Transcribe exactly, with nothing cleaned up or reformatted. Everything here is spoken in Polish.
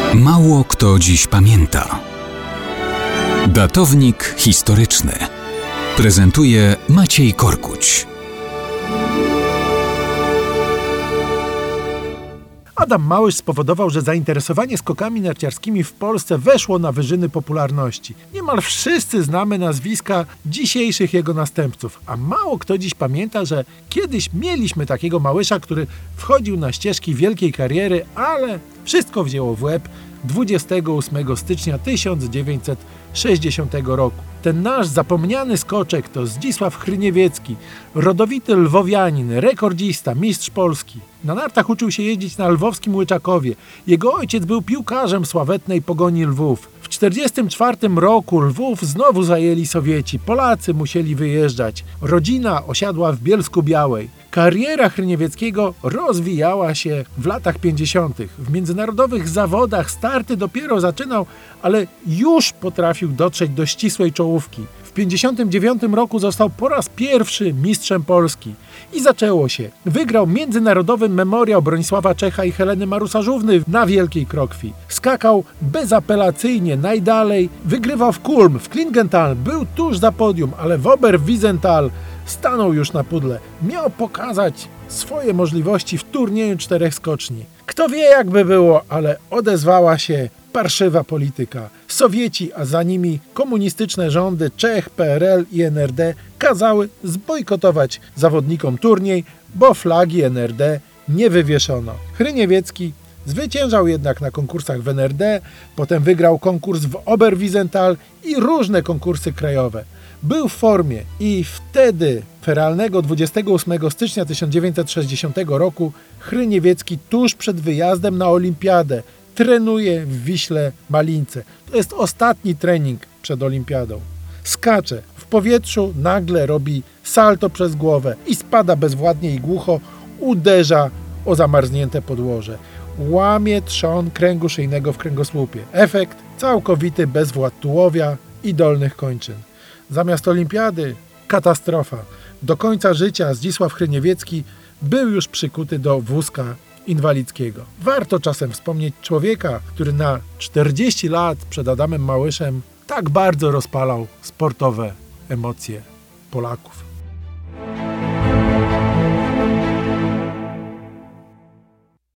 Mało kto dziś pamięta. Datownik historyczny prezentuje Maciej Korkuć. Adam Małysz spowodował, że zainteresowanie skokami narciarskimi w Polsce weszło na wyżyny popularności. Niemal wszyscy znamy nazwiska dzisiejszych jego następców, a mało kto dziś pamięta, że kiedyś mieliśmy takiego Małysza, który wchodził na ścieżki wielkiej kariery, ale wszystko wzięło w łeb dwudziestego ósmego stycznia tysiąc dziewięćset sześćdziesiątego roku. Ten nasz zapomniany skoczek to Zdzisław Hryniewiecki, rodowity lwowianin, rekordzista, mistrz Polski. Na nartach uczył się jeździć na lwowskim Łyczakowie. Jego ojciec był piłkarzem sławetnej Pogoni Lwów. W tysiąc dziewięćset czterdziestym czwartym roku Lwów znowu zajęli Sowieci. Polacy musieli wyjeżdżać. Rodzina osiadła w Bielsku-Białej. Kariera Hryniewieckiego rozwijała się w latach pięćdziesiątych. W międzynarodowych zawodach starty dopiero zaczynał, ale już potrafił dotrzeć do ścisłej czołówki. W tysiąc dziewięćset pięćdziesiątym dziewiątym roku został po raz pierwszy mistrzem Polski. I zaczęło się. Wygrał międzynarodowy memoriał Bronisława Czecha i Heleny Marusarzówny na Wielkiej Krokwi. Skakał bezapelacyjnie najdalej. Wygrywał w Kulm, w Klingenthal. Był tuż za podium, ale w Oberwiesenthal stanął już na pudle. Miał pokazać swoje możliwości w turnieju czterech skoczni. Kto wie, jakby było, ale odezwała się parszywa polityka. Sowieci, a za nimi komunistyczne rządy Czech, P R L i N R D kazały zbojkotować zawodnikom turniej, bo flagi N R D nie wywieszono. Hryniewiecki zwyciężał jednak na konkursach w N R D, potem wygrał konkurs w Oberwiesenthal i różne konkursy krajowe. Był w formie i wtedy, feralnego dwudziestego ósmego stycznia tysiąc dziewięćset sześćdziesiątego roku, Hryniewiecki tuż przed wyjazdem na olimpiadę trenuje w Wiśle Malince. To jest ostatni trening przed olimpiadą. Skacze w powietrzu, nagle robi salto przez głowę i spada bezwładnie i głucho, uderza o zamarznięte podłoże. Łamie trzon kręgu szyjnego w kręgosłupie. Efekt całkowity bezwład tułowia i dolnych kończyn. Zamiast olimpiady katastrofa. Do końca życia Zdzisław Hryniewiecki był już przykuty do wózka inwalidzkiego. Warto czasem wspomnieć człowieka, który na czterdzieści lat przed Adamem Małyszem tak bardzo rozpalał sportowe emocje Polaków.